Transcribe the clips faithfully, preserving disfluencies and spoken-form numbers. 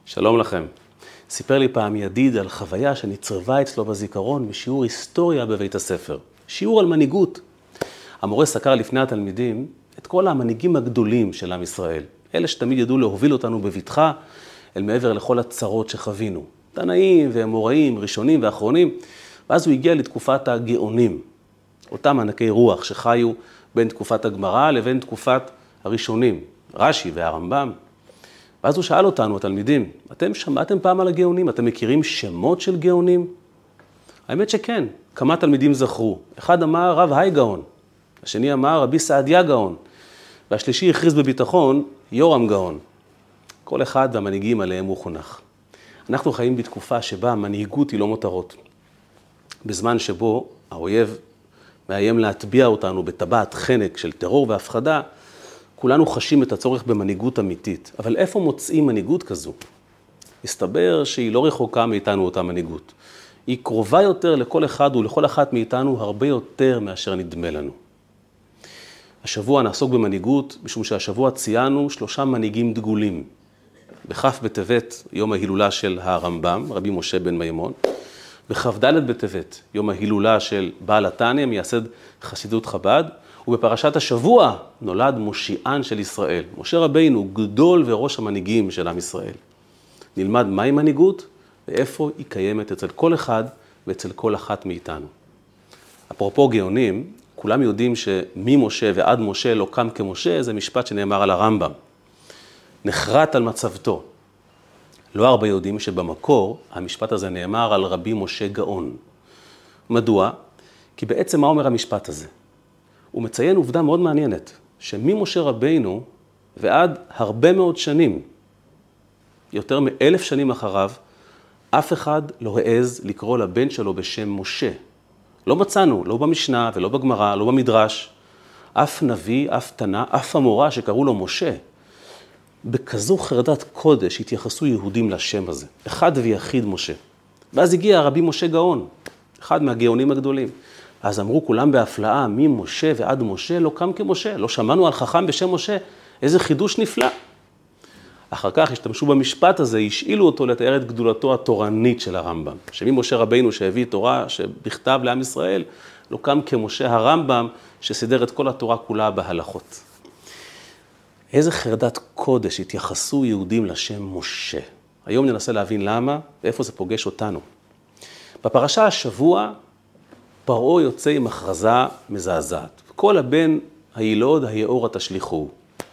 שלום לכם. סיפר לי פעם ידיד על חוויה שנצרבה אצלו בזיכרון משיעור היסטוריה בבית הספר. שיעור על מנהיגות. המורה סקר לפני התלמידים את כל המנהיגים הגדולים של עם ישראל. אלה שתמיד ידעו להוביל אותנו בבטחה אל מעבר לכל הצרות שחווינו. תנאים ואמוראים, ראשונים ואחרונים. ואז הוא הגיע לתקופת הגאונים. אותם ענקי רוח שחיו בין תקופת הגמרא לבין תקופת הראשונים. רש"י והרמב"ם. ואז הוא שאל אותנו, התלמידים, אתם שמעתם פעם על הגאונים? אתם מכירים שמות של גאונים? האמת שכן, כמה תלמידים זכרו. אחד אמר רב היי גאון, השני אמר רבי סעדיה גאון, והשלישי הכריז בביטחון יורם גאון. כל אחד והמנהיגים עליהם הוא חונך. אנחנו חיים בתקופה שבה המנהיגות היא לא מותרות. בזמן שבו האויב מאיים להטביע אותנו בטבעת חנק של טרור והפחדה, כולנו חשים את הצורך במנהיגות אמיתית. אבל איפה מוצאים מנהיגות כזו? הסתבר שהיא לא רחוקה מאיתנו אותה מנהיגות. היא קרובה יותר לכל אחד ולכל אחת מאיתנו הרבה יותר מאשר נדמה לנו. השבוע נעסוק במנהיגות, משום שהשבוע ציינו שלושה מנהיגים דגולים. בכף בטבת, יום ההילולה של הרמב"ם, רבי משה בן מימון. בכ"ד בטבת, יום ההילולה של בעל התניא, מייסד חסידות חב"ד. ובפרשת השבוע נולד מושיען של ישראל. משה רבינו, גדול וראש המנהיגים של עם ישראל. נלמד מהי מנהיגות ואיפה היא קיימת אצל כל אחד ואצל כל אחת מאיתנו. אפרופו גאונים, כולם יודעים שממשה ועד משה לא קם כמשה, זה משפט שנאמר על הרמב"ם. נחרט על מצבתו. לא הרבה יודעים שבמקור המשפט הזה נאמר על רבי משה גאון. מדוע? כי בעצם מה אומר המשפט הזה? הוא מציין עובדה מאוד מעניינת, שממשה רבינו ועד הרבה מאוד שנים, יותר מאלף שנים אחריו, אף אחד לא העז לקרוא לבן שלו בשם משה. לא מצאנו, לא במשנה ולא בגמרא, לא במדרש, אף נביא, אף תנא, אף המורה שקראו לו משה. בכזו חרדת קודש התייחסו יהודים לשם הזה, אחד ויחיד משה. ואז הגיע רבי משה גאון, אחד מהגאונים הגדולים. אז אמרו כולם בהפלאה, ממשה ועד משה לא קם כמשה, לא שמענו על חכם בשם משה, איזה חידוש נפלא. אחר כך השתמשו במשפט הזה, השאילו אותו לתאר את גדולתו התורנית של הרמב"ם. שממשה רבינו שהביא תורה שבכתב לעם ישראל, לא קם כמשה הרמב"ם שסידר את כל התורה כולה בהלכות. איזה חרדת קודש התייחסו יהודים לשם משה. היום ננסה להבין למה ואיפה זה פוגש אותנו. בפרשה השבוע, פרעה יוצא עם הכרזה מזעזעת. כל הבן הילוד היאורה תשליכו.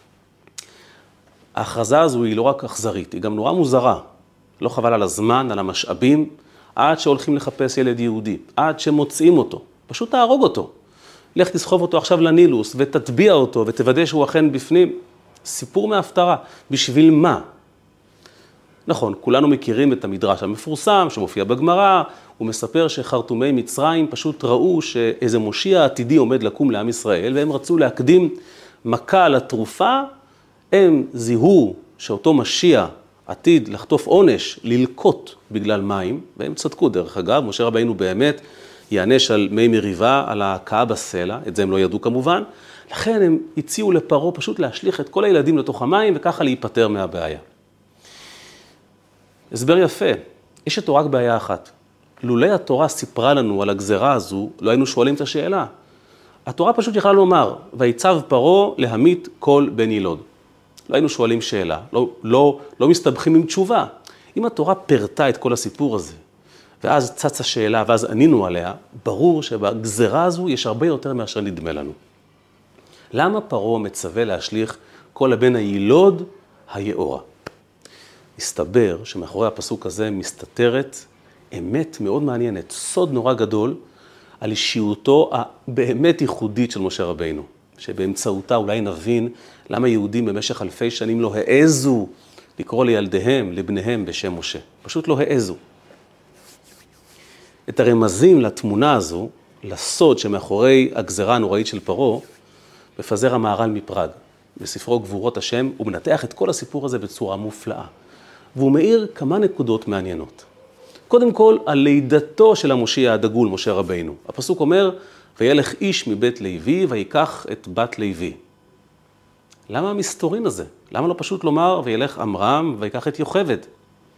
ההכרזה הזו היא לא רק אכזרית, היא גם נורא מוזרה. לא חבל על הזמן, על המשאבים, עד שהולכים לחפש ילד יהודי, עד שמוצאים אותו. פשוט תהרוג אותו. לך תסחוב אותו עכשיו לנילוס ותטביע אותו ותוודא שהוא אכן בפנים. סיפור מההפטרה. בשביל מה? נכון, כולנו מכירים את המדרש המפורסם שמופיע בגמרא, הוא מספר שחרטומי מצרים פשוט ראו שאיזה מושיע עתידי עומד לקום לעם ישראל, והם רצו להקדים מכה על התרופה, הם זיהו שאותו משיע עתיד לחטוף עונש, ללקוט בגלל מים, והם צדקו דרך אגב, משה רבינו באמת יענש על מי מריבה, על ההכאה בסלע, את זה הם לא ידעו כמובן, לכן הם הציעו לפרעה פשוט להשליך את כל הילדים לתוך המים, וככה להיפטר מהבעיה. הסבר יפה, יש איתו רק בעיה אחת. לולי התורה סיפרה לנו על הגזרה הזו, לא היינו שואלים את השאלה. התורה פשוט יכלה לומר, ויצב פרעה להמית כל בן ילוד. לא היינו שואלים שאלה, לא, לא, לא מסתבכים עם תשובה. אם התורה פרטה את כל הסיפור הזה, ואז צצה שאלה ואז ענינו עליה, ברור שבגזרה הזו יש הרבה יותר מאשר נדמה לנו. למה פרעה מצווה להשליך כל הבן הילוד היאורה? מסתבר שמאחורי הפסוק הזה מסתתרת אמת מאוד מעניינת, סוד נורא גדול על אישיותו הבאמת ייחודית של משה רבינו, שבאמצעותה אולי נבין למה יהודים במשך אלפי שנים לא העזו לקרוא לילדיהם, לבניהם בשם משה. פשוט לא העזו. את הרמזים לתמונה הזו, לסוד שמאחורי הגזרה הנוראית של פרעה, מפזר המהר"ל מפראג. בספרו גבורות השם, הוא מנתח את כל הסיפור הזה בצורה מופלאה. והוא מאיר כמה נקודות מעניינות. קודם כל, על לידתו של המושיע הדגול, משה רבינו. הפסוק אומר, וילך איש מבית לוי ויקח את בת לוי. למה המסתורין הזה? למה לא פשוט לומר וילך עמרם ויקח את יוכבד?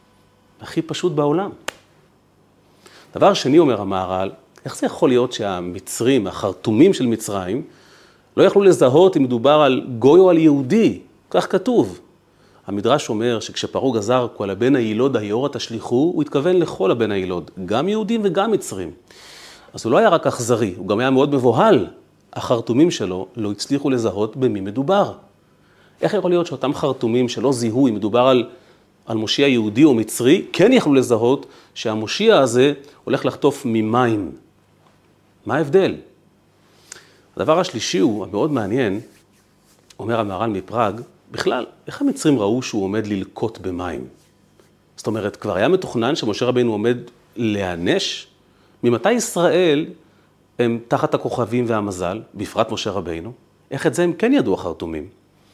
הכי פשוט בעולם. דבר שני, אומר המהר"ל, איך זה יכול להיות שהמצרים, החרטומים של מצרים, לא יכלו לזהות אם מדובר על גוי או על יהודי? כך כתוב. המדרש אומר שכשפרעה גזר כל הבן הילוד היאורה תשליכו, הוא התכוון לכל הבן הילוד, גם יהודים וגם מצרים. אז הוא לא היה רק אכזרי, הוא גם היה מאוד מבוהל. החרטומים שלו לא הצליחו לזהות במי מדובר. איך יכול להיות שאותם חרטומים שלא זיהו אם מדובר על, על מושיע יהודי או מצרי, כן יכלו לזהות שהמושיע הזה הולך לחטוף ממים? מה ההבדל? הדבר השלישי הוא, המאוד מעניין, אומר המהר"ל מפראג, בכלל, איך המצרים ראו שהוא עומד ללקוט במים? זאת אומרת, כבר היה מתוכנן שמשה רבינו עומד להיענש? ממתי ישראל הם תחת הכוכבים והמזל, בפרט משה רבינו? איך את זה הם כן ידעו החרטומים?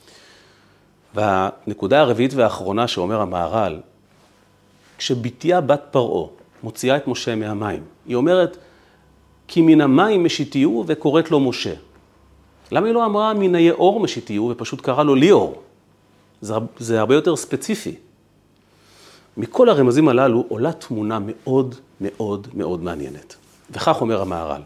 והנקודה הרביעית והאחרונה שאומר המהר"ל, כשבתיה בת פרעה מוציאה את משה מהמים, היא אומרת, כי מן המים משיתיהו וקוראת לו משה. למה היא לא אמרה מן היאור משיתיהו ופשוט קרא לו ליאור? זה, זה הרבה יותר ספציפי. מכל הרמזים הללו עולה תמונה מאוד מאוד מאוד מעניינת. וכך אומר המהר"ל.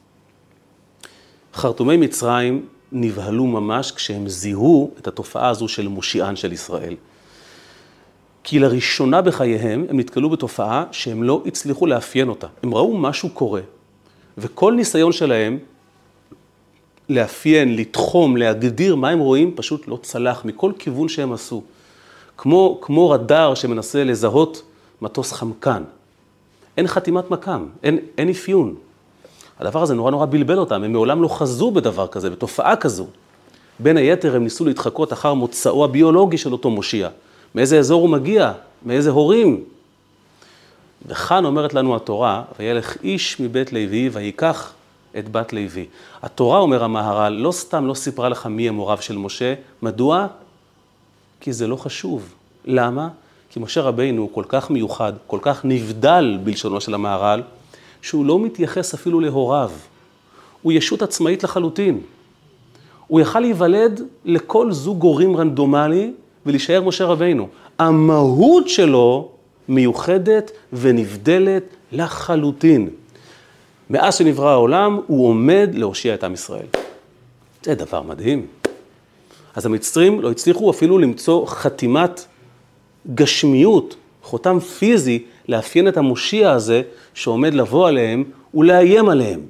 חרטומי מצרים נבהלו ממש כשהם זיהו את התופעה הזו של מושיען של ישראל. כי לראשונה בחייהם הם נתקלו בתופעה שהם לא הצליחו לאפיין אותה. הם ראו משהו קורה. וכל ניסיון שלהם לאפיין, לתחום, להגדיר מה הם רואים, פשוט לא צלח מכל כיוון שהם עשו. כמו, כמו רדאר שמנסה לזהות מטוס חמקן. אין חתימת מקם, אין, אין אפיון. הדבר הזה נורא נורא בלבל אותם, הם מעולם לא חזו בדבר כזה, בתופעה כזו. בין היתר הם ניסו להתחקות אחר מוצאו הביולוגי של אותו מושיע. מאיזה אזור הוא מגיע, מאיזה הורים. וכאן אומרת לנו התורה, וילך איש מבית לוי ויקח את בת לוי. התורה, אומר המהר"ל, לא סתם לא סיפרה לך מי המוריו של משה. מדוע? כי זה לא חשוב. למה? כי משה רבינו הוא כל כך מיוחד, כל כך נבדל בלשונו של המהר"ל, שהוא לא מתייחס אפילו להוריו. הוא ישות עצמאית לחלוטין. הוא יכל להיוולד לכל זוג הורים רנדומלי ולהישאר משה רבינו. המהות שלו מיוחדת ונבדלת לחלוטין. מאז שנברא העולם הוא עומד להושיע את עם ישראל. זה דבר מדהים. אז המצרים לא הצליחו אפילו למצוא חתימת גשמיות, חותם פיזי, לאפיין את המושיע הזה שעומד לבוא עליהם ולאיים עליהם.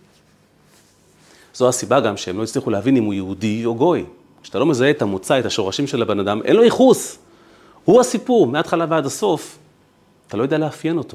זו הסיבה גם שהם לא הצליחו להבין אם הוא יהודי או גוי. כשאתה לא מזהה את המוצא, את השורשים של הבן אדם, אין לו ייחוס. הוא הסיפור, מההתחלה ועד הסוף. אתה לא יודע לאפיין אותו.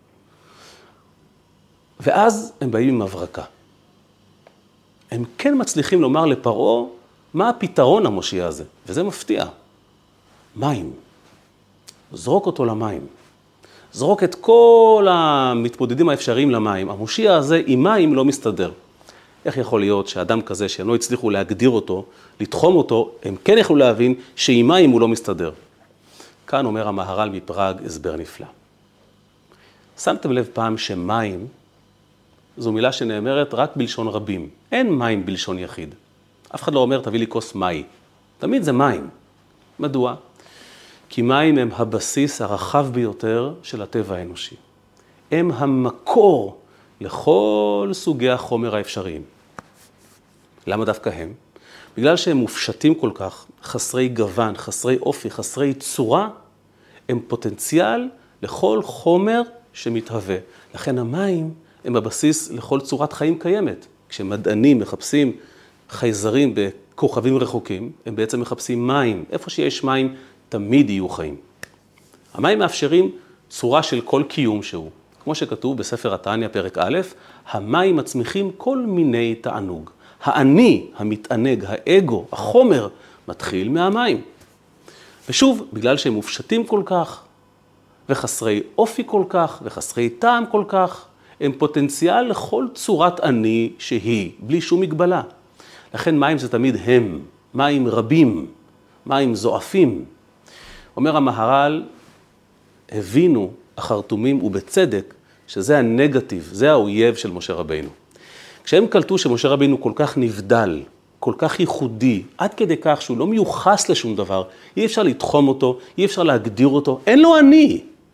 ואז הם באים עם הברקה. הם כן מצליחים לומר לפרעה מה הפתרון המושיע הזה, וזה מפתיע. מים. זרוק אותו למים. זרוק את כל המתמודדים האפשריים למים. המושיע הזה עם מים לא מסתדר. איך יכול להיות שאדם כזה שהם לא הצליחו להגדיר אותו, לתחום אותו, הם כן יכלו להבין שעם מים הוא לא מסתדר. כאן אומר המהר"ל מפראג הסבר נפלא. שמתם לב פעם שמים זו מילה שנאמרת רק בלשון רבים. אין מים בלשון יחיד. אף אחד לא אומר תביא לי כוס מי. תמיד זה מים. מדוע? כי מים הם הבסיס הרחב ביותר של הטבע האנושי. הם המקור לכל סוגי החומר האפשריים. למה דווקא הם? בגלל שהם מופשטים כל כך, חסרי גוון, חסרי אופי, חסרי צורה, הם פוטנציאל לכל חומר שמתהווה. לכן המים הם הבסיס לכל צורת חיים קיימת. כשמדענים מחפשים חייזרים בכוכבים רחוקים, הם בעצם מחפשים מים. איפה שיש מים, תמיד יהיו חיים. המים מאפשרים צורה של כל קיום שהוא. כמו שכתוב בספר התניא פרק א', המים מצמיחים כל מיני תענוג. האני, המתענג, האגו, החומר, מתחיל מהמים. ושוב, בגלל שהם מופשטים כל כך, וחסרי אופי כל כך, וחסרי טעם כל כך, הם פוטנציאל לכל צורת אני שהיא, בלי שום מגבלה. לכן מים זה תמיד הם, מים רבים, מים זועפים. אומר המהר"ל, הבינו החרטומים ובצדק שזה הנגטיב, זה האויב של משה רבינו. כשהם קלטו שמשה רבינו כל כך נבדל, כל כך ייחודי, עד כדי כך שהוא לא מיוחס לשום דבר, אי אפשר לתחום אותו, אי אפשר להגדיר אותו, אין לו אני.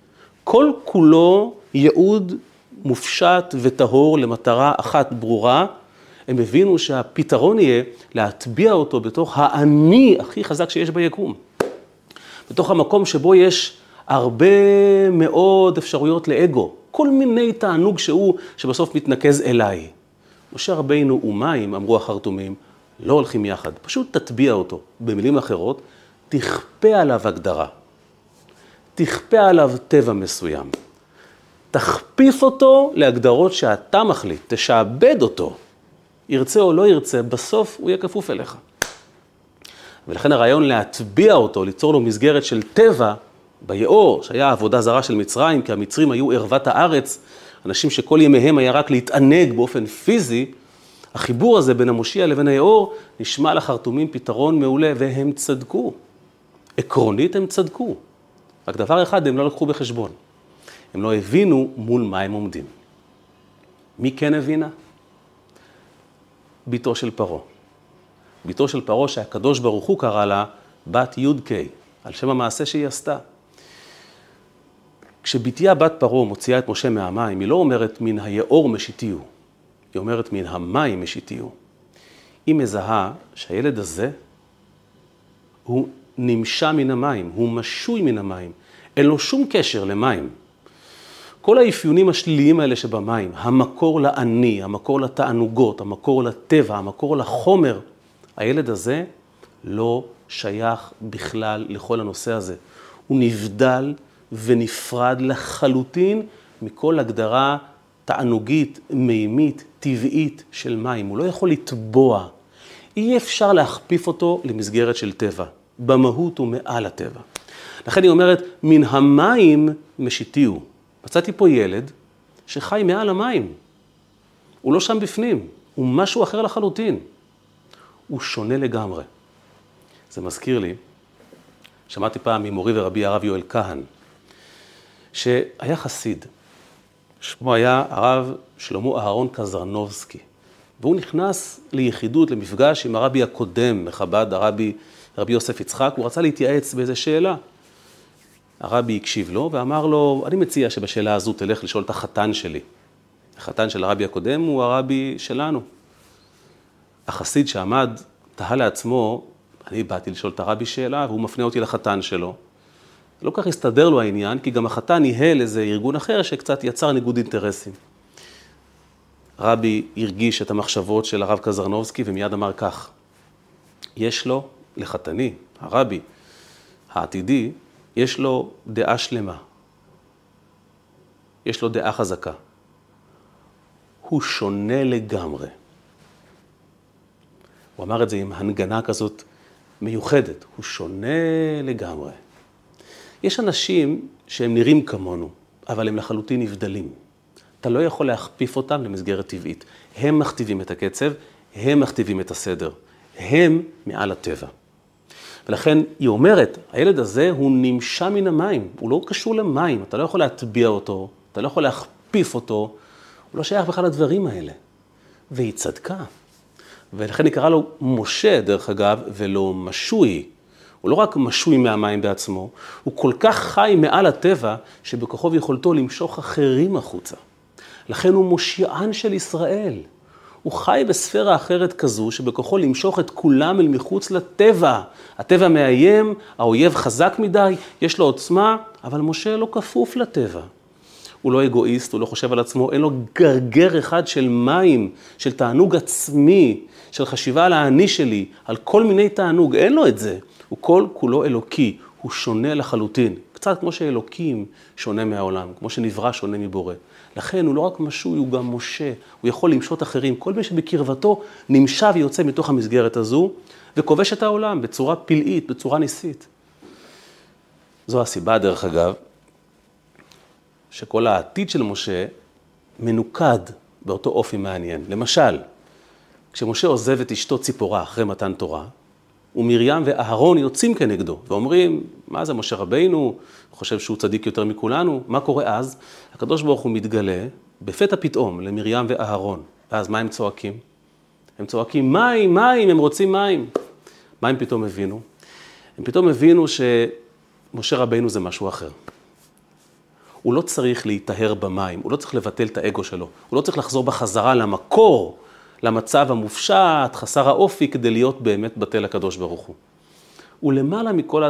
כל כולו ייעוד מופשט וטהור למטרה אחת ברורה. הם הבינו שהפתרון יהיה להטביע אותו בתוך האני הכי חזק שיש ביקום. בתוך המקום שבו יש הרבה מאוד אפשרויות לאגו. כל מיני תענוג שהוא שבסוף מתנקז אליי. משה רבינו ומים, אמרו החרטומים, לא הולכים יחד. פשוט תטביע אותו. במילים אחרות, תכפה עליו הגדרה. תכפה עליו טבע מסוים. תכפיף אותו להגדרות שאתה מחליט. תשעבד אותו. ירצה או לא ירצה, בסוף הוא יהיה כפוף אליך. ולכן הרעיון להטביע אותו, ליצור לו מסגרת של טבע, ביאור, שהיה עבודה זרה של מצרים, כי המצרים היו ערוות הארץ, אנשים שכל ימיהם היה רק להתענג באופן פיזי, החיבור הזה בין המושיע לבין היאור, נשמע לחרטומים פתרון מעולה, והם צדקו. עקרונית הם צדקו. רק דבר אחד הם לא לקחו בחשבון. הם לא הבינו מול מה הם עומדים. מי כן הבינה? ביתו של פרו. ביתו של פרו שהקדוש ברוך הוא קרא לה בת י' ק', על שם המעשה שהיא עשתה. כשביתיה בת פרו מוציאה את משה מהמים, היא לא אומרת מן היאור משיתיהו, היא אומרת מן המים משיתיהו. היא מזהה שהילד הזה הוא נמשה מן המים, הוא משוי מן המים, אין לו שום קשר למים. כל האפיונים השליליים האלה שבמים, המקור לעני, המקור לתענוגות, המקור לטבע, המקור לחומר, הילד הזה לא שייך בכלל לכל הנושא הזה. הוא נבדל ונפרד לחלוטין מכל הגדרה תענוגית, מימית, טבעית של מים. הוא לא יכול לטבוע. אי אפשר להכפיף אותו למסגרת של טבע. במהות הוא מעל הטבע. לכן היא אומרת, מן המים משיתיהו. מצאתי פה ילד שחי מעל המים. הוא לא שם בפנים, הוא משהו אחר לחלוטין. הוא שונה לגמרי. זה מזכיר לי, שמעתי פעם ממורי ורבי הרב יואל כהן, שהיה חסיד. שמו היה הרב שלמה אהרון קזרנובסקי. והוא נכנס ליחידות, למפגש עם הרבי הקודם, מחב"ד, הרבי, הרבי יוסף יצחק, הוא רצה להתייעץ באיזו שאלה. הרבי הקשיב לו ואמר לו, אני מציע שבשאלה הזו תלך לשאול את החתן שלי. החתן של הרבי הקודם הוא הרבי שלנו. החסיד שעמד, תהה לעצמו, אני באתי לשאול את הרבי שאלה, והוא מפנה אותי לחתן שלו. לא כך הסתדר לו העניין, כי גם החתן ניהל איזה ארגון אחר שקצת יצר ניגוד אינטרסים. הרבי הרגיש את המחשבות של הרב קזרנובסקי ומיד אמר כך, יש לו, לחתני, הרבי העתידי, יש לו דעה שלמה. יש לו דעה חזקה. הוא שונה לגמרי. הוא אמר את זה עם הנגנה כזאת מיוחדת. הוא שונה לגמרי. יש אנשים שהם נראים כמונו, אבל הם לחלוטין נבדלים. אתה לא יכול להכפיף אותם למסגרת טבעית. הם מכתיבים את הקצב, הם מכתיבים את הסדר. הם מעל הטבע. ולכן היא אומרת, הילד הזה הוא נמשה מן המים, הוא לא קשור למים, אתה לא יכול להטביע אותו, אתה לא יכול להכפיף אותו, הוא לא שייך בכלל לדברים האלה. והיא צדקה. ולכן היא קראה לו משה, דרך אגב, ולא משוי. הוא לא רק משוי מהמים בעצמו, הוא כל כך חי מעל הטבע, שבכוחו ויכולתו למשוך אחרים החוצה. לכן הוא מושיען של ישראל. הוא חי בספירה אחרת כזו, שבכוחו למשוך את כולם אל מחוץ לטבע. הטבע מאיים, האויב חזק מדי, יש לו עוצמה, אבל משה לא כפוף לטבע. הוא לא אגואיסט, הוא לא חושב על עצמו, אין לו גרגר אחד של מים, של תענוג עצמי, של חשיבה על האני שלי, על כל מיני תענוג, אין לו את זה. הוא כל כולו אלוקי, הוא שונה לחלוטין. קצת כמו שאלוקים שונה מהעולם, כמו שנברא שונה מבורא. לכן הוא לא רק משוי, הוא גם משה, הוא יכול למשות אחרים. כל מי שבקרבתו נמשה ויוצא מתוך המסגרת הזו, וכובש את העולם בצורה פלאית, בצורה ניסית. זו הסיבה, דרך אגב, שכל העתיד של משה מנוקד באותו אופי מעניין. למשל, כשמשה עוזב את אשתו ציפורה אחרי מתן תורה, ומרים ואהרון יוצאים כנגדו, ואומרים, מה זה משה רבינו, חושב שהוא צדיק יותר מכולנו, מה קורה אז? הקדוש ברוך הוא מתגלה, בפתע פתאום, למרים ואהרון, ואז מה הם צועקים? הם צועקים, מים, מים, הם רוצים מים. מה הם פתאום הבינו? הם פתאום הבינו שמשה רבינו זה משהו אחר. הוא לא צריך להיטהר במים, הוא לא צריך לבטל את האגו שלו, הוא לא צריך לחזור בחזרה למקור, למצב המופשט, חסר האופי, כדי להיות באמת בטל הקדוש ברוך הוא. הוא למעלה מכל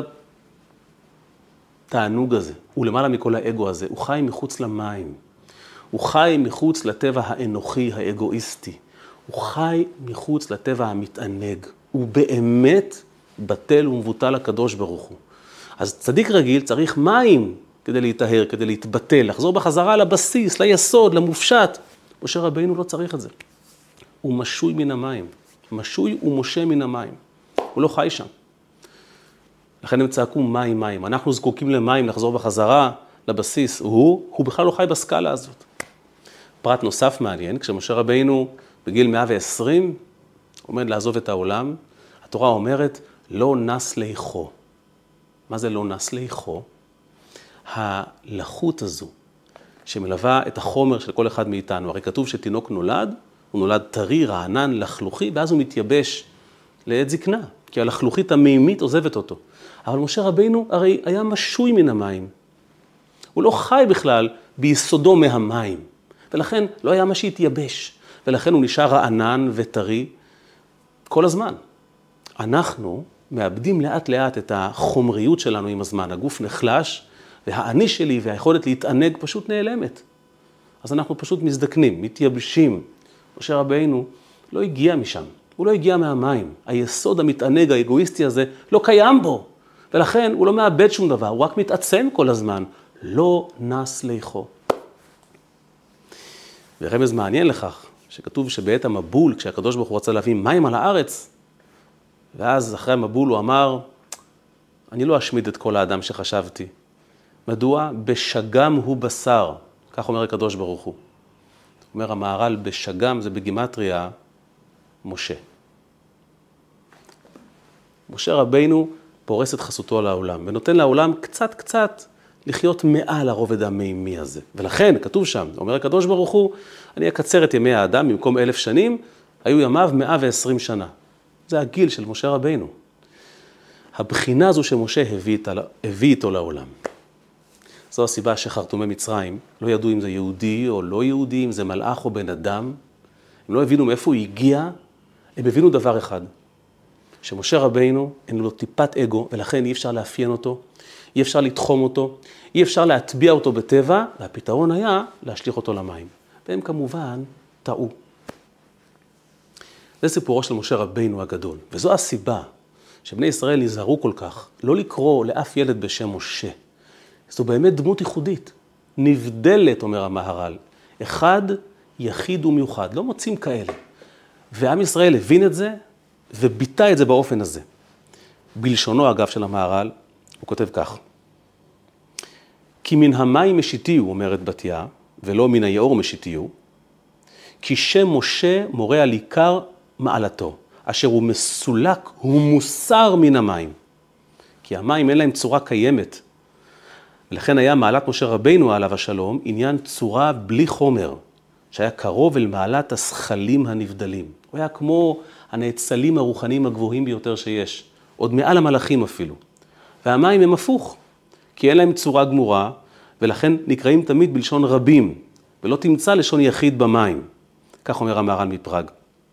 התענוג הזה, הוא למעלה מכל האגו הזה, הוא חי מחוץ למים, הוא חי מחוץ לטבע האנוכי, האגואיסטי, הוא חי מחוץ לטבע המתענג, הוא באמת בטל ומבוטל הקדוש ברוך הוא. אז צדיק רגיל צריך מים כדי להיטהר, כדי להתבטל, לחזור בחזרה לבסיס, ליסוד, למופשט. משה רבינו לא צריך את זה. הוא משוי מן המים, משוי ומשה מן המים. הוא לא חי שם. לכן הם צעקו מים, מים. אנחנו זקוקים למים, לחזור בחזרה לבסיס. הוא, הוא בכלל לא חי בסקאלה הזאת. פרט נוסף מעניין, כשמשה רבינו בגיל מאה ועשרים עומד לעזוב את העולם, התורה אומרת, לא נס ליחו. מה זה לא נס ליחו? הלחות הזו שמלווה את החומר של כל אחד מאיתנו. הרי כתוב שתינוק נולד, הוא נולד טרי, רענן, לחלוכי, ואז הוא מתייבש לעת זקנה, כי הלחלוכית המימית עוזבת אותו. אבל משה רבינו הרי היה משוי מן המים. הוא לא חי בכלל ביסודו מהמים, ולכן לא היה מה שהתייבש, ולכן הוא נשאר רענן וטרי כל הזמן. אנחנו מאבדים לאט לאט את החומריות שלנו עם הזמן, הגוף נחלש, והאני שלי והיכולת להתענג פשוט נעלמת. אז אנחנו פשוט מזדקנים, מתייבשים. משה רבינו לא הגיע משם, הוא לא הגיע מהמים. היסוד המתענג האגואיסטי הזה לא קיים בו, ולכן הוא לא מאבד שום דבר, הוא רק מתעצם כל הזמן. לא נס ליחו. ורמז מעניין לכך, שכתוב שבעת המבול, כשהקדוש ברוך הוא רצה להביא מים על הארץ, ואז אחרי המבול הוא אמר, אני לא אשמיד את כל האדם שחשבתי. מדוע? בשגם הוא בשר. כך אומר הקדוש ברוך הוא. אומר המהר"ל, בשגם זה בגימטריה משה. משה רבינו פורס את חסותו לעולם, ונותן לעולם קצת קצת לחיות מעל הרובד המימי הזה. ולכן, כתוב שם, אומר הקדוש ברוך הוא, אני אקצר את ימי האדם, במקום אלף שנים, היו ימיו מאה ועשרים שנה. זה הגיל של משה רבינו. הבחינה הזו שמשה הביא, הביא איתו לעולם. זו הסיבה שחרטומי מצרים לא ידעו אם זה יהודי או לא יהודי, אם זה מלאך או בן אדם. הם לא הבינו מאיפה הוא הגיע, הם הבינו דבר אחד, שמשה רבינו אין לו טיפת אגו, ולכן אי אפשר לאפיין אותו, אי אפשר לתחום אותו, אי אפשר להטביע אותו בטבע, והפתרון היה להשליך אותו למים. והם כמובן טעו. זה סיפורו של משה רבינו הגדול, וזו הסיבה שבני ישראל נזהרו כל כך, לא לקרוא לאף ילד בשם משה. זו באמת דמות ייחודית, נבדלת, אומר המהר"ל, אחד יחיד ומיוחד, לא מוצאים כאלה. ועם ישראל הבין את זה, וביטא את זה באופן הזה. בלשונו, אגב, של המהר"ל, הוא כותב כך, כי מן המים משיתיהו, אומרת בתיה, ולא מן היאור משיתיהו, כי שם משה מורה על עיקר מעלתו, אשר הוא מסולק, הוא מוסר מן המים. כי המים אין להם צורה קיימת. ולכן היה מעלת משה רבינו עליו השלום, עניין צורה בלי חומר, שהיה קרוב אל מעלת השכלים הנבדלים. הוא היה כמו הנאצלים הרוחניים הגבוהים ביותר שיש, עוד מעל המלאכים אפילו. והמים הם הפוך, כי אין להם צורה גמורה, ולכן נקראים תמיד בלשון רבים, ולא תמצא לשון יחיד במים. כך אומר המהר"ל מפראג.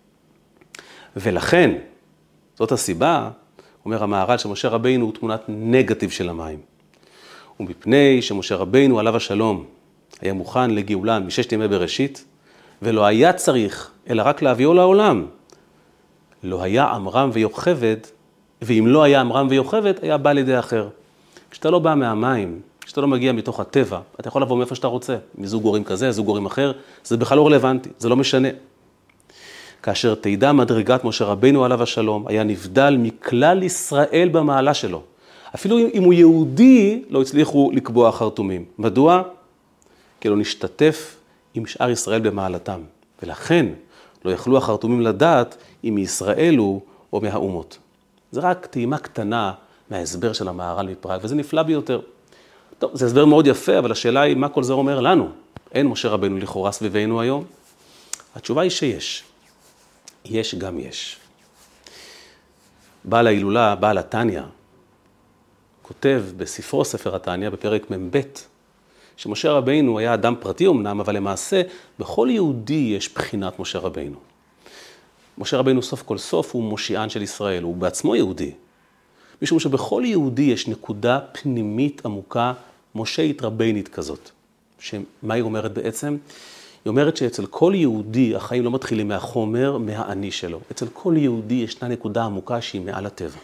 ולכן, זאת הסיבה, אומר המהר"ל שמשה רבינו הוא תמונת נגטיב של המים. ומפני שמשה רבינו עליו השלום היה מוכן לגאולה מששת ימי בראשית, ולא היה צריך אלא רק להביאו לעולם. לא היה עמרם ויוכבד, ואם לא היה עמרם ויוכבד, היה בא לידי אחר. כשאתה לא בא מהמים, כשאתה לא מגיע מתוך הטבע, אתה יכול לבוא מאיפה שאתה רוצה, מזוג גורים כזה, זוג גורים אחר, זה בכלל לא רלוונטי, זה לא משנה. כאשר תדע מדרגת משה רבינו עליו השלום, היה נבדל מכלל ישראל במעלה שלו. אפילו אם הוא יהודי, לא הצליחו לקבוע חרטומים. מדוע? כי לא נשתתף עם שאר ישראל במעלתם. ולכן לא יכלו החרטומים לדעת אם מישראל הוא או מהאומות. זה רק טעימה קטנה מההסבר של המהר"ל מפראג, וזה נפלא ביותר. טוב, זה הסבר מאוד יפה, אבל השאלה היא מה כל זה אומר לנו. אין משה רבינו לכאורה סביבנו היום? התשובה היא שיש. יש גם יש. בעל ההילולה, בעל התניא, כותב בספרו ספר התניא בפרק מב' שמשה רבינו היה אדם פרטי אמנם, אבל למעשה בכל יהודי יש בחינת משה רבינו. משה רבינו סוף כל סוף הוא מושיען של ישראל, הוא בעצמו יהודי. משום שבכל יהודי יש נקודה פנימית עמוקה, מושאית רבינית כזאת. שמה היא אומרת בעצם? היא אומרת שאצל כל יהודי החיים לא מתחילים מהחומר, מהאני שלו. אצל כל יהודי ישנה נקודה עמוקה שהיא מעל הטבע.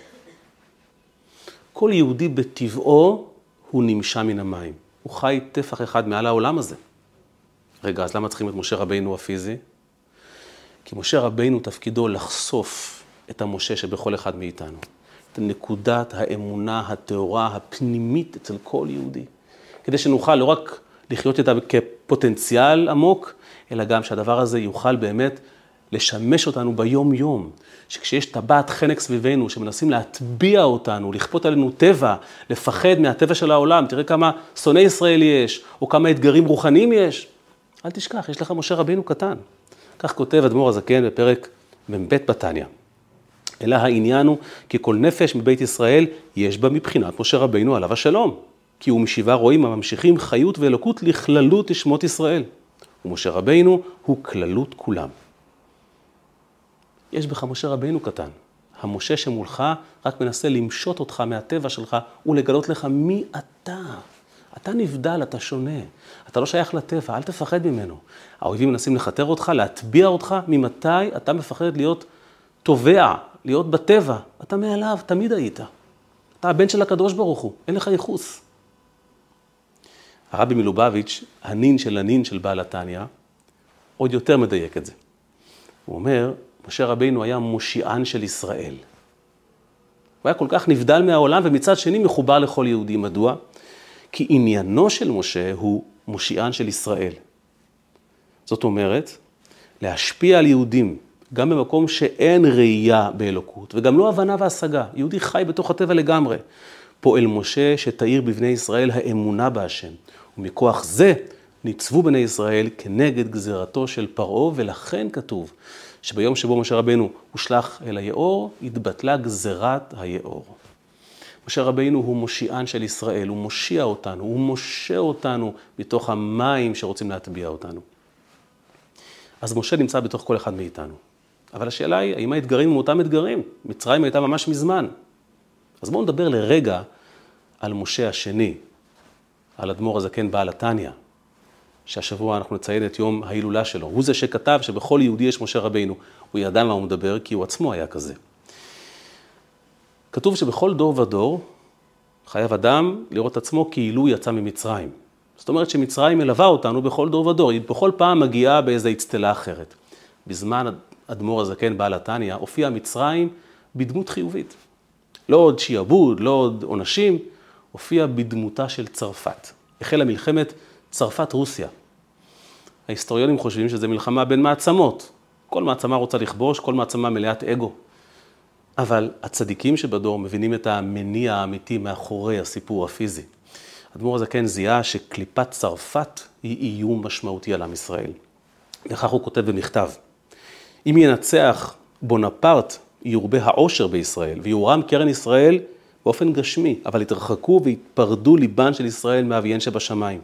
כל יהודי בטבעו הוא נמשע מן המים. הוא חי טפח אחד מעל העולם הזה. רגע, אז למה צריכים את משה רבינו הפיזי? כי משה רבינו תפקידו לחשוף את המשה שבכל אחד מאיתנו. את נקודת האמונה הטהורה הפנימית אצל כל יהודי. כדי שנוכל לא רק לחיות איתה כפוטנציאל עמוק, אלא גם שהדבר הזה יוכל באמת לשמש אותנו ביום יום. שכשיש טבעת חנק סביבנו שמנסים להטביע אותנו, לכפות עלינו טבע, לפחד מהטבע של העולם, תראה כמה שונאי ישראל יש, או כמה אתגרים רוחניים יש. אל תשכח, יש לך משה רבינו קטן. כך כותב אדמו"ר הזקן בפרק מ"ב בתניא. אלא העניין הוא כי כל נפש מבית ישראל יש בה מבחינת משה רבינו עליו השלום. כי הוא משבעה רואים הממשיכים חיות ואלוקות לכללות שמות ישראל. ומשה רבינו הוא כללות כולם. יש בך משה רבינו קטן. המשה שמולך רק מנסה למשות אותך מהטבע שלך ולגלות לך מי אתה. אתה נבדל, אתה שונה. אתה לא שייך לטבע, אל תפחד ממנו. האויבים מנסים לחתר אותך, להטביע אותך. ממתי אתה מפחד להיות תובע, להיות בטבע? אתה מעליו, תמיד היית. אתה הבן של הקדוש ברוך הוא, אין לך ייחוס. הרבי מלובביץ', הנין של הנין של בעל התניא, עוד יותר מדייק את זה. הוא אומר, משה רבינו היה מושיען של ישראל. הוא היה כל כך נבדל מהעולם, ומצד שני מחובר לכל יהודי. מדוע? כי עניינו של משה הוא מושיען של ישראל. זאת אומרת, להשפיע על יהודים, גם במקום שאין ראייה באלוקות, וגם לא הבנה והשגה. יהודי חי בתוך הטבע לגמרי. פועל משה שתאיר בבני ישראל האמונה בהשם. ומכוח זה ניצבו בני ישראל כנגד גזירתו של פרעה, ולכן כתוב שביום שבו משה רבינו הושלח אל היאור, התבטלה גזירת היאור. משה רבינו הוא מושיען של ישראל, הוא מושיע אותנו, הוא משה אותנו מתוך המים שרוצים להטביע אותנו. אז משה נמצא בתוך כל אחד מאיתנו. אבל השאלה היא, האם האתגרים הם אותם אתגרים? מצרים הייתה ממש מזמן. אז בואו נדבר לרגע על משה השני, על אדמו"ר הזקן בעל התניא, שהשבוע אנחנו נציין את יום ההילולה שלו. הוא זה שכתב שבכל יהודי יש משה רבינו. הוא ידע מה הוא מדבר, כי הוא עצמו היה כזה. כתוב שבכל דור ודור חייב אדם לראות עצמו כאילו יצא ממצרים. זאת אומרת שמצרים מלווה אותנו בכל דור ודור. היא בכל פעם מגיעה באיזו אצטלה אחרת. בזמן אדמו"ר הזקן בעל התניא הופיע מצרים בדמות חיובית. לא עוד שיעבוד, לא עוד עונשים, הופיע בדמותה של צרפת. החלה מלחמת צרפת-רוסיה. ההיסטוריונים חושבים שזה מלחמה בין מעצמות. כל מעצמה רוצה לכבוש, כל מעצמה מלאת אגו. אבל הצדיקים שבדור מבינים את המניע האמיתי מאחורי הסיפור הפיזי. אדמו"ר הזקן זיהה שקליפת צרפת היא איום משמעותי על עם ישראל. וכך הוא כותב במכתב. אם ינצח בונפרט, יורבה העושר בישראל, ויורם קרן ישראל באופן גשמי, אבל התרחקו והתפרדו ליבן של ישראל מאביהן שבשמיים.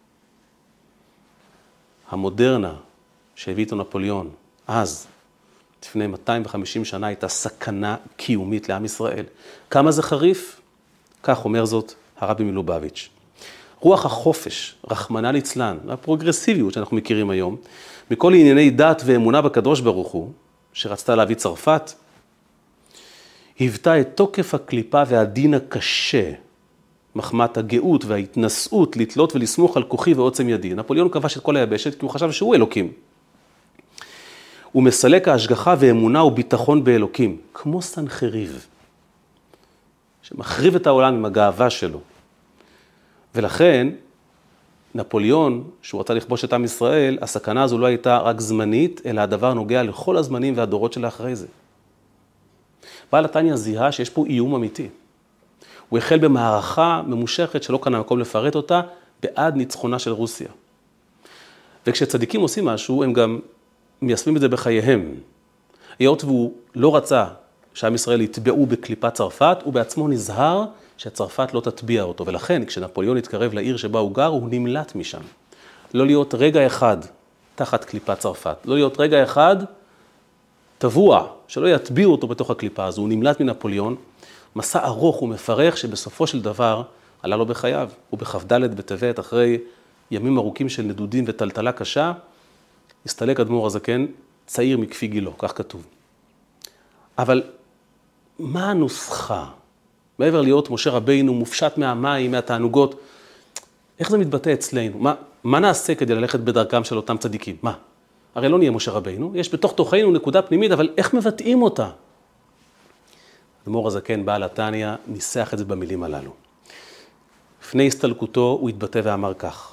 המודרנה שהביא איתו נפוליאון, אז, לפני מאתיים וחמישים שנה, הייתה סכנה קיומית לעם ישראל. כמה זה חריף? כך אומר זאת הרבי מלובביץ'. רוח החופש, רחמנא ליצלן, הפרוגרסיביות שאנחנו מכירים היום, מכל ענייני דת ואמונה בקדוש ברוך הוא, שרצתה להביא צרפת, היוותה את תוקף הקליפה והדין הקשה, מחמת הגאות וההתנשאות לתלות ולסמוך על כוחי ועוצם ידי. נפוליאון כבש את כל היבשת כי הוא חשב שהוא אלוקים. הוא מסלק ההשגחה ואמונה וביטחון באלוקים, כמו סנחריב, שמחריב את העולם עם הגאווה שלו. ולכן, נפוליאון, שהוא רצה לכבוש את עם ישראל, הסכנה הזו לא הייתה רק זמנית, אלא הדבר נוגע לכל הזמנים והדורות שלה אחרי זה. בעל התניא זיהה שיש פה איום אמיתי. הוא החל במערכה ממושכת שלא כאן המקום לפרט אותה, בעד ניצחונה של רוסיה. וכשצדיקים עושים משהו, הם גם מיישמים את זה בחייהם. היות והוא לא רצה שעם ישראל יתבעו בקליפת צרפת, הוא בעצמו נזהר שצרפת לא תטביע אותו, ולכן כשנפוליאון התקרב לעיר שבה הוא גר, הוא נמלט משם. לא להיות רגע אחד תחת קליפת צרפת, לא להיות רגע אחד טבוע, שלא יטביעו אותו בתוך הקליפה הזו, הוא נמלט מנפוליאון, מסע ארוך ומפרך שבסופו של דבר עלה לו בחייו, ובכ"ד בטבת אחרי ימים ארוכים של נדודים וטלטלה קשה, הסתלק אדמו"ר הזקן צעיר מכפי גילו, כך כתוב. אבל מה הנוסחה? מעבר להיות משה רבינו מופשט מהמים, מהתענוגות, איך זה מתבטא אצלנו? מה, מה נעשה כדי ללכת בדרכם של אותם צדיקים? מה? הרי לא נהיה משה רבינו, יש בתוך תוכנו נקודה פנימית, אבל איך מבטאים אותה? אדמו"ר הזקן בעל התניא ניסח את זה במילים הללו. לפני הסתלקותו הוא התבטא ואמר כך: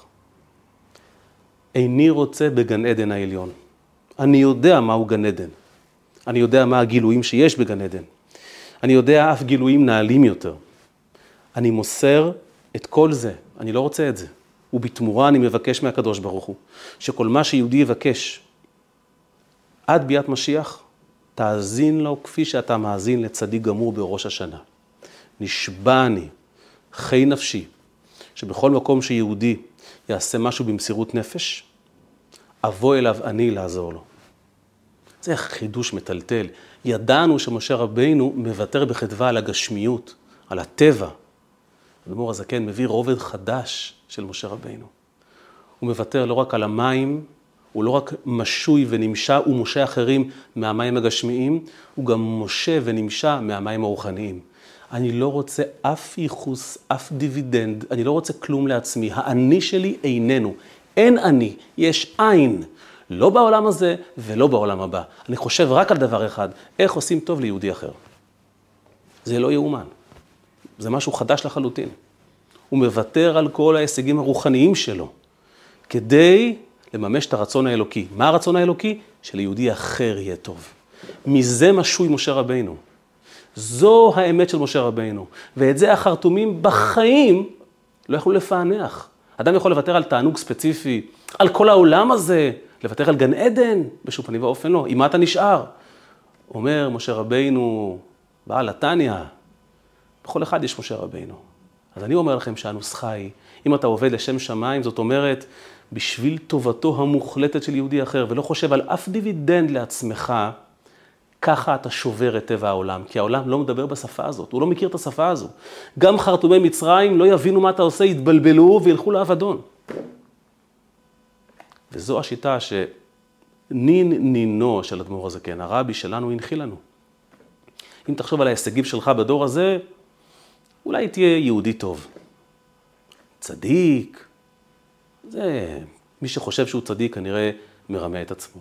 איני רוצה בגן עדן העליון. אני יודע מהו גן עדן. אני יודע מה הגילויים שיש בגן עדן. אני יודע אף גילויים נעלים יותר. אני מוסר את כל זה, אני לא רוצה את זה. ובתמורה אני מבקש מהקדוש ברוך הוא, שכל מה שיהודי יבקש עד ביאת משיח, תאזין לו כפי שאתה מאזין לצדיק גמור בראש השנה. נשבע אני, חי נפשי, שבכל מקום שיהודי יעשה משהו במסירות נפש, אבוא אליו אני לעזור לו. זה חידוש מטלטל. ידענו שמשה רבינו מוותר בחדווה על הגשמיות, על הטבע. אדמו"ר הזקן מביא רובד חדש של משה רבינו. הוא מוותר לא רק על המים, הוא לא רק משוי ונמשע ומשה אחרים מהמים הגשמיים, הוא גם משה ונמשע מהמים הרוחניים. אני לא רוצה אף ייחוס, אף דיבידנד, אני לא רוצה כלום לעצמי. האני שלי איננו. אין אני, יש עין. לא בעולם הזה ולא בעולם הבא. אני חושב רק על דבר אחד, איך עושים טוב ליהודי אחר. זה לא יאומן. זה משהו חדש לחלוטין. הוא מוותר על כל ההישגים הרוחניים שלו, כדי לממש את הרצון האלוקי. מה הרצון האלוקי? שליהודי אחר יהיה טוב. מזה משוי משה רבינו. זו האמת של משה רבינו. ואת זה החרטומים בחיים לא יכלו לפענח. אדם יכול לוותר על תענוג ספציפי, על כל העולם הזה, לוותר על גן עדן, בשום פנים ואופן לא. עם מה אתה נשאר? אומר משה רבינו, בעל התניא, בכל אחד יש משה רבינו. אז אני אומר לכם שהנוסחה היא, אם אתה עובד לשם שמיים, זאת אומרת, בשביל טובתו המוחלטת של יהודי אחר, ולא חושב על אף דיבידנד לעצמך, ככה אתה שובר את טבע העולם, כי העולם לא מדבר בשפה הזאת, הוא לא מכיר את השפה הזו. גם חרטומי מצרים לא יבינו מה אתה עושה, יתבלבלו וילכו לאבדון. וזו השיטה שנין נינו של אדמו"ר הזקן, הרבי שלנו הנחיל לנו. אם תחשוב על ההישגים שלך בדור הזה, אולי תהיה יהודי טוב. צדיק, זה מי שחושב שהוא צדיק כנראה מרמה את עצמו.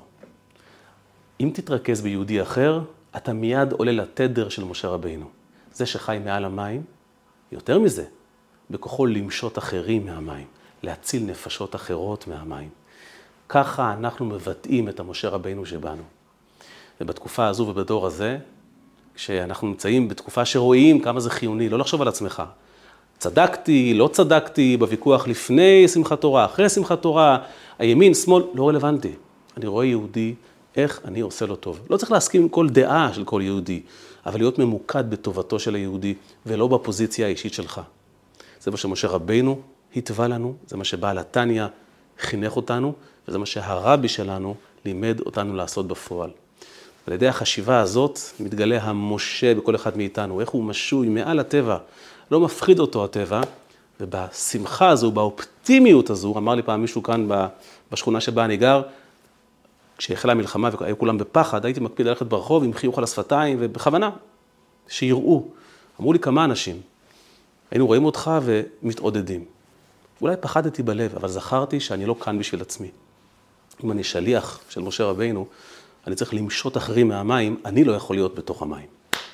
אם תתרכז ביהודי אחר, אתה מיד עולה לתדר של משה רבינו. זה שחי מעל המים, יותר מזה, בכוחו למשות אחרים מהמים, להציל נפשות אחרות מהמים. ככה אנחנו מבטאים את המשה רבינו שבנו. ובתקופה הזו ובדור הזה, כשאנחנו נמצאים בתקופה שרואים כמה זה חיוני, לא לחשוב על עצמך. צדקתי, לא צדקתי, בוויכוח לפני שמחת תורה, אחרי שמחת תורה, הימין, שמאל, לא רלוונטי. אני רואה יהודי, איך אני עושה לו טוב. לא צריך להסכים עם כל דעה של כל יהודי, אבל להיות ממוקד בטובתו של היהודי, ולא בפוזיציה האישית שלך. זה מה שמשה רבינו התווה לנו, זה מה שבעל התניא חינך אותנו, וזה מה שהרבי שלנו לימד אותנו לעשות בפועל. על ידי החשיבה הזאת מתגלה המשה בכל אחד מאיתנו, איך הוא משוי מעל הטבע, לא מפחיד אותו הטבע, ובשמחה הזו, באופטימיות הזו, אמר לי פעם מישהו כאן בשכונה שבה אני גר, כשהחלה המלחמה והיו כולם בפחד, הייתי מקפיד ללכת ברחוב עם חיוך על השפתיים, ובכוונה, שיראו. אמרו לי כמה אנשים, היינו רואים אותך ומתעודדים. אולי פחדתי בלב, אבל זכרתי שאני לא כאן בשביל עצמי. אם אני שליח של משה רבינו, אני צריך למשות אחרים מהמים, אני לא יכול להיות בתוך המים.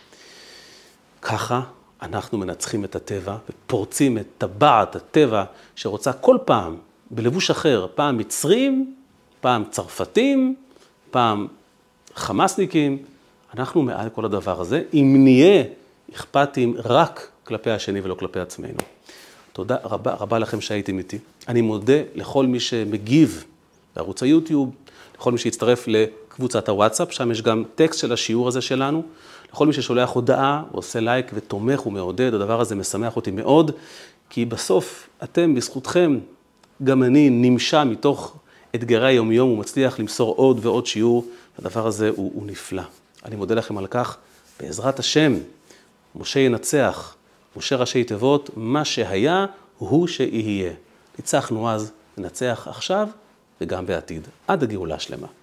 ככה אנחנו מנצחים את הטבע ופורצים את טבעת הטבע שרוצה כל פעם בלבוש אחר, פעם מצרים, פעם צרפתים, פעם חמאסניקים. אנחנו מעל כל הדבר הזה, אם נהיה אכפתים רק כלפי השני ולא כלפי עצמנו. תודה רבה, רבה לכם שהייתם איתי. אני מודה לכל מי שמגיב בערוץ היוטיוב, לכל מי שהצטרף קבוצת הוואטסאפ, שם יש גם טקסט של השיעור הזה שלנו. לכל מי ששולח הודעה, עושה לייק ותומך ומעודד, הדבר הזה משמח אותי מאוד, כי בסוף אתם, בזכותכם, גם אני נמשע מתוך אתגרי היומיום ומצליח למסור עוד ועוד שיעור, הדבר הזה הוא, הוא נפלא. אני מודה לכם על כך, בעזרת השם, משה ינצח, משה ראשי תיבות, מה שהיה הוא שיהיה. ניצחנו אז, ננצח עכשיו וגם בעתיד, עד הגאולה שלמה.